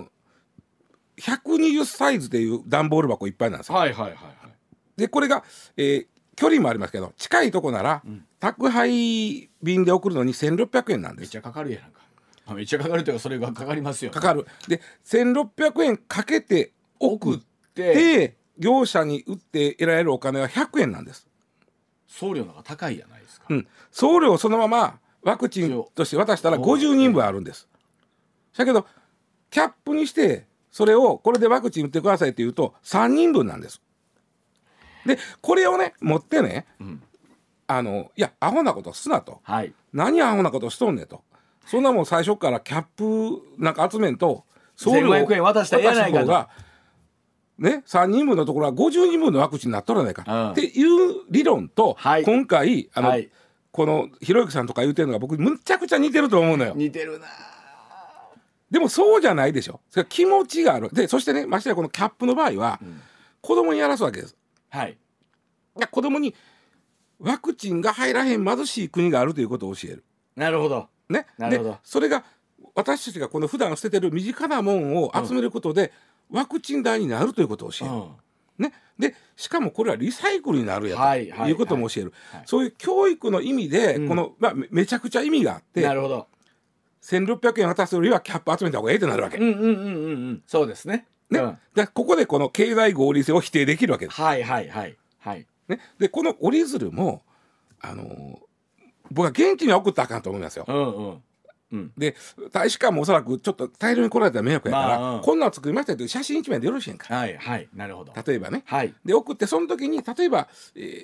ひゃくにじゅうサイズっていう段ボール箱いっぱいなんですよ、はいはいはいはい、でこれが、えー、距離もありますけど近いとこなら、うん、宅配便で送るのにせんろっぴゃくえんなんです。 めっちゃかかるやんか。めっちゃかかるというかそれがかかりますよ、ね、 かかるでせんろっぴゃくえんかけて送って業者に売って得られるお金はひゃくえんなんです。 送料の方が高いじゃないですか、 うん、送料をそのままワクチンとして渡したらごじゅうにんぶんあるんです。だけどキャップにしてそれをこれでワクチン打ってくださいって言うとさんにんぶんなんです。でこれをね持ってね、うん、あのいやアホなことすなと、はい、何アホなことしとんねんと、そんなもん最初からキャップなんか集めんと送料をせんごひゃくえん渡したらええやないかと、 ね、さんにんぶんのところはごじゅうにんぶんのワクチンになっとらないか、うん、っていう理論と、はい、今回あの、はい、このひろゆきさんとか言うてるのが僕むちゃくちゃ似てると思うのよ。 似てるな。 でもそうじゃないでしょ。それ気持ちがある。でそしてねましてやこのキャップの場合は、うん、子供にやらすわけです。はい、いや子供にワクチンが入らへん貧しい国があるということを教える。 なるほど、 ね、なるほど。でそれが私たちがこの普段捨ててる身近なもんを集めることで、うん、ワクチン代になるということを教える、うんね、でしかもこれはリサイクルになるやと、はいはい、いうことも教える、はい、そういう教育の意味で、うんこのまあ、めちゃくちゃ意味があって、 なるほどせんろっぴゃくえん渡すよりはキャップ集めた方がいいとなるわけ、 うんうんうんうんうん、そうですね、 ね、うん、でここでこの経済合理性を否定できるわけです。 はいはいはい、はいね、でこの折り鶴もあのー、僕は現地には送ったらあかんと思いますよ、うんうんうん、で大使館もおそらくちょっと大量に来られたら迷惑やから、まあうん、こんなん作りましたという写真一枚でよろしいんか、 はいはい、なるほど。 例えばね、はい、で送ってその時に例えば、えー、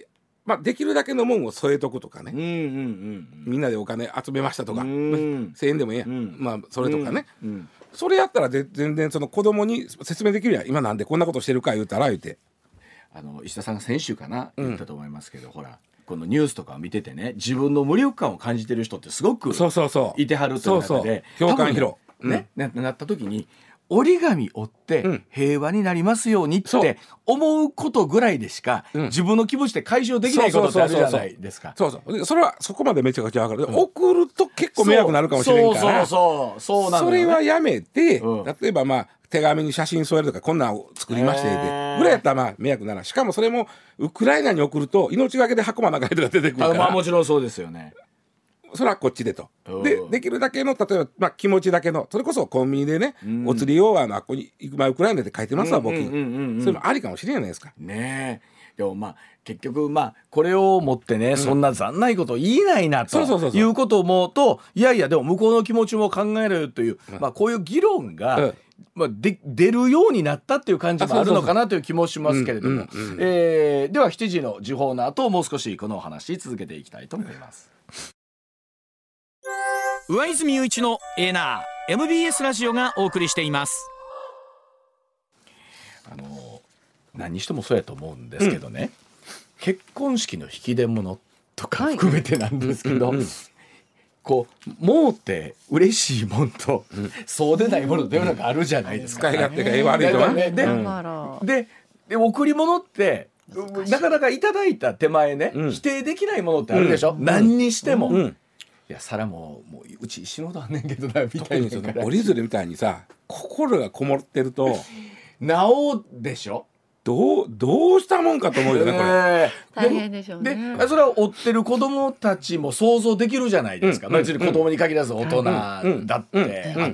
まあ、できるだけのもんを添えとくとかね、 うんうんうん、 みんなでお金集めましたとか、 うん、 せんえんでもいいや、 うん、 まあ、それとかね、 うんうん、 それやったらで全然その子供に説明できるやん。今なんでこんなことしてるか言うたら言うて、 あの石田さんが先週かな言ったと思いますけど、うん、ほらこのニュースとかを見ててね、自分の無力感を感じてる人ってすごくいてはるという中で、 共感広ね、うん、な, なった時に折り紙折って平和になりますようにって思うことぐらいでしか、うん、自分の気持ちで解消できないことってあるじゃないですか。 そうそう、それはそこまでめちゃくちゃ分かる、うん、送ると結構迷惑になるかもしれんから、 そうそうそうそうなの、ね、 それはやめて、うん、例えばまあ手紙に写真添えるとかこんなんを作りましてぐらいやったらまあ迷惑なら、しかもそれもウクライナに送ると命がけで運ばなかったりとか出てくるから、 まあもちろんそうですよね。 それはこっちでとでできるだけの例えば、まあ、気持ちだけのそれこそコンビニでね、うん、お釣りをあのあっこに行く前ウクライナで書いてますわ募金、それもありかもしれないですかね。 でもまあ結局まあこれをもってね、うん、そんな残ないこと言えないなということを思うと、いやいやでも向こうの気持ちも考えるという、うん、まあこういう議論が、うんまあ、で出るようになったっていう感じもあるのかなという気もしますけれども、ではしちじの時報の後もう少しこのお話続けていきたいと思います。 上泉雄一のエーナー エムビーエス ラジオがお送りしています。 あの何にしてもそうやと思うんですけどね、うん、結婚式の引き出物とか含めてなんですけど、はい、こうもうって嬉しいもんと、うん、そうでないものというのがあるじゃないですか、 使い勝手が悪いとかね。 で、うん、で、で贈り物ってなかなかいただいた手前ね、うん、否定できないものってあるでしょ、うん、何にしても、うん、いや皿ももううち死ぬほどあんねんけどなみたいな、 特にその折り鶴みたいにさ心がこもってるとなおでしょ、 どうどうしたもんかと思うよねこれ、えー、大変でしょうね。 でそれは追ってる子供たちも想像できるじゃないですか、うん、別に子供に限らず大人だってあって、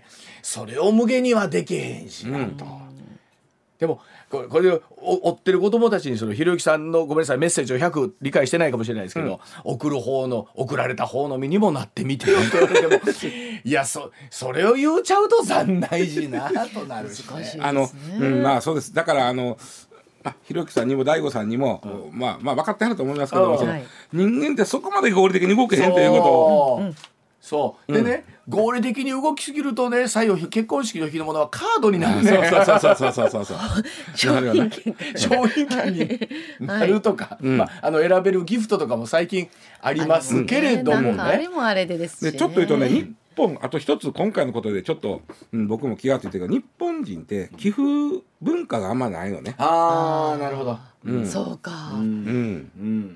それを無限にはできへんしなと、うん、でもこれ、これを追ってる子供たちにそのひろゆきさんのごめんなさいメッセージをひゃく理解してないかもしれないですけど、うん、送る方の送られた方の身にもなってみてよって言われてもいや そ, それを言うちゃうと残ないしなとなるし、ね、 あの、うん、まあそうです。だからあのまあ、ひろゆきさんにも大悟さんにも、うん、まあまあ分かってはると思いますけども、その人間ってそこまで合理的に動けへんということを、うん、 そうでね、うん、合理的に動きすぎるとね、最後結婚式の日のものはカードになるね。 そうそうそうそうそうそうそう商品券商品券になるとか、はい、まあ、あの選べるギフトとかも最近ありますけれどもね、 なんかあれもあれでですしね。 でちょっと言うとね、日本あと一つ今回のことでちょっと、うん、僕も気がついてるけど、日本人って寄付文化があんまないのね。 ああ、なるほど、 うん、そうか、 うんうん、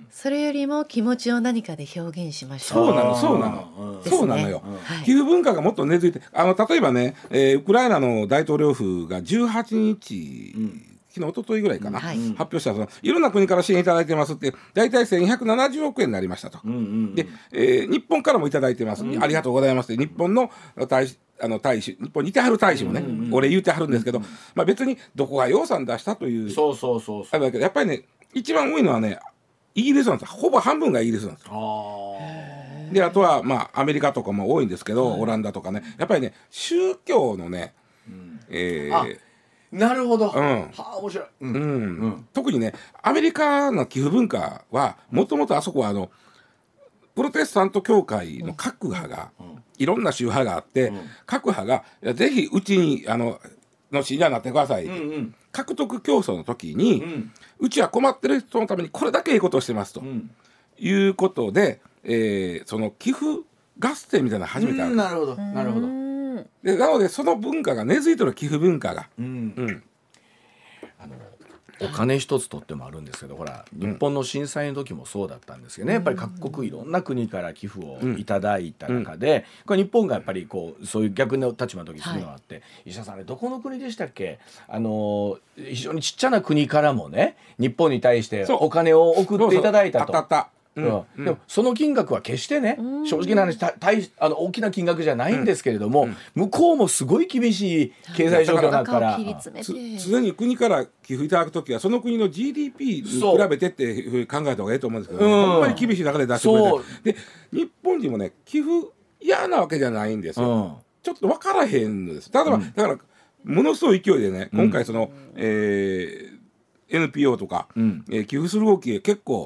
それよりも気持ちを何かで表現しましょう。 そうなのそうなの、うん、そうなのよ、うん、寄付文化がもっと根付いて、あの例えばね、えー、ウクライナの大統領府がじゅうはちにち、うん、昨日一昨日ぐらいかな、はい、発表したそのいろんな国から支援いただいてますって、だいたいせんひゃくななじゅうおくえんになりましたと、うんうんうん、で、えー、日本からもいただいてます、うん、ありがとうございますって日本の大使あの大使日本にいてはる大使もね、うんうんうん、俺言うてはるんですけど、うんうん、まあ、別にどこが予算出したという、 そうそうそうそう、 あれだけどやっぱりね、一番多いのはねイギリスなんです。ほぼ半分がイギリスなんです。 あであとはまあアメリカとかも多いんですけど、はい、オランダとかね、やっぱりね宗教のね、うん、えー、 なるほど、うん、 はあ、面白い、 うんうんうん、特にねアメリカの寄付文化はもともとあそこはあのプロテスタント教会の各派が、うん、いろんな宗派があって、うん、各派がぜひうちにあのの信者になってください、うんうん、獲得競争の時に、うん、うちは困ってる人のためにこれだけいいことをしてますと、うん、いうことで、えー、その寄付合戦みたいなの始めた、うん、 なるほどなるほど。 でなのでその文化が根付いてる寄付文化が、 うんうん、あのお金一つとってもあるんですけど、ほら日本の震災の時もそうだったんですよね、やっぱり各国いろんな国から寄付をいただいた中で、うん、これ日本がやっぱりこうそういう逆の立場の時にするのがあって、はい、石田さんあれどこの国でしたっけ、あの非常にちっちゃな国からもね日本に対してお金を送っていただいたと。 そうそう、あったあった、うんうん、でもその金額は決してね、正直な話た大あの大きな金額じゃないんですけれども、うん、向こうもすごい厳しい経済状況だから常に国から寄付いただくときはその国の ジーディーピー に比べてっていうふうに考えた方がいいと思うんですけど、ね、うん、ほんまに厳しい中で出してくれて、で日本人もね寄付嫌なわけじゃないんですよ、うん、ちょっと分からへんのです。だから、うん、だからものすごい勢いでね今回その、うん、えー、エヌピーオー とか、うん、えー、寄付する動き結構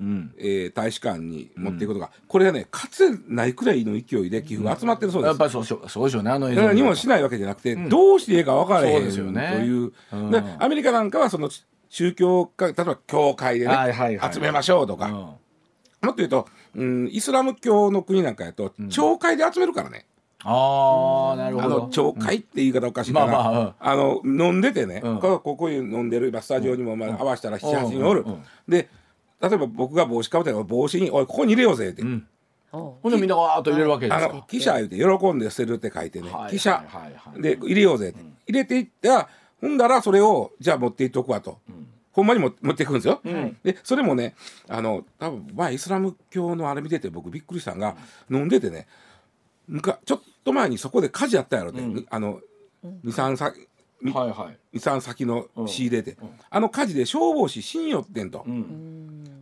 うんえー、大使館に持っていくとか、うん、これはねかつてないくらいの勢いで寄付が集まってるそうです、 うん、やっぱりそうそうでしょうね。あの映像だから日本しないわけじゃなくて、うん、どうしていいか分からへんという、 うん、 でアメリカなんかはその宗教家例えば教会でね、はいはいはい、集めましょうとか、うん、もっと言うと、うん、イスラム教の国なんかやと、うん、教会で集めるからね。 あなるほど。 あの教会って言い方おかしいから、うんまあまあうん、あの飲んでてね、うん、ここいう飲んでる今スタジオにもまあ合わせたらななはちにんおる、うんうん、で例えば僕が帽子かぶって帽子においここに入れようぜって、うん、 ほんでみんなわーっと入れるわけですか。 あの記者言うて喜んで捨てるって書いてね、はい、記者、はいはい、で入れようぜって、うん、入れていったらほんだらそれをじゃあ持っていっとくわと、うん、ほんまにも持っていくんですよ、うん、でそれもねあの多分前イスラム教のあれ見てて僕びっくりしたのが、うん、飲んでてねちょっと前にそこで火事あったやろね、うん、あのにさんさきの仕入れて、うん、あの火事で消防士死によってんと、うん、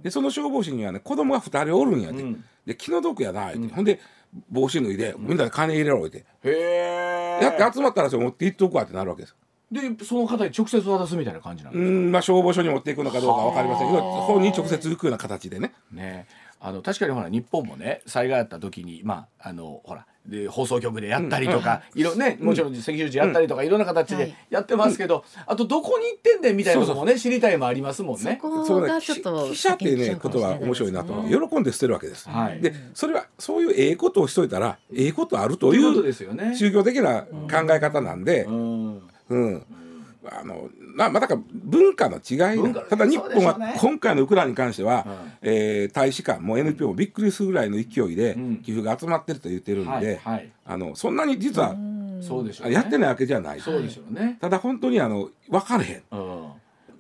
でその消防士にはね子供がふたりおるんやて、うん、で気の毒やなって、うん、ほんで帽子脱いで、うん、みんなで金入れろって、へーやって集まったらそれ持っていっとくわってなるわけです。 でその方に直接渡すみたいな感じなんですか。 うん、まあ、消防署に持っていくのかどうか分かりませんけど本に直接行くような形でね。 ねあの確かにほら日本もね災害あった時にまああのほらで放送局でやったりとか、うん、いろね、もちろん赤十字やったりとか、うん、いろんな形でやってますけど、うん、あとどこに行ってんねんみたいなこともね知りたいもありますもんね。 そこがちょっと記者ってねことは面白いなと思って、うん、喜んで捨てるわけです、はい、でそれはそういうええことをしといたらええことあるという宗教的な考え方なんで、うんうんうんあのまあ、まあ、だから文化の違いただ日本は今回のウクライナに関しては、ねえー、大使館も エヌピーオー もびっくりするぐらいの勢いで寄付が集まってると言ってるんで、はいはい、あのそんなに実はやってないわけじゃない。 そうでしょうね。 ただ本当にあの分かれへん、うん、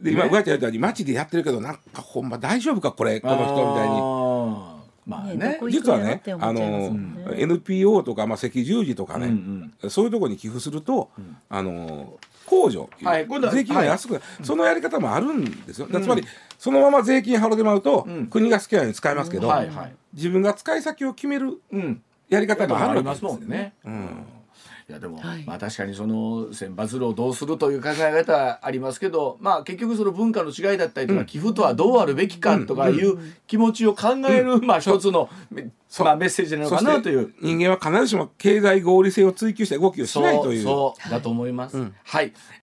で今うわちゃうたに街でやってるけどなんかほんま大丈夫かこれこの人みたいに。まあね、実はねあの、うん、エヌピーオー とか、まあ、赤十字とかね、うんうん、そういうところに寄付すると、うん、あの控除、はい、税金が安くなる、はい、そのやり方もあるんですよ、うん、つまりそのまま税金払ってもらうと、うん、国が好きなように使えますけど、うんはいはい、自分が使い先を決めるやり方もあるんですよね。いやでも、はい、まあ確かにその選抜路をどうするという考え方はありますけど、まあ結局その文化の違いだったりとか、うん、寄付とはどうあるべきかとかいう気持ちを考える、うん、まあ一つの、まあ、メッセージなのかなという。 人間は必ずしも経済合理性を追求した動きをしないという。 そう、そうだと思います。はい、はい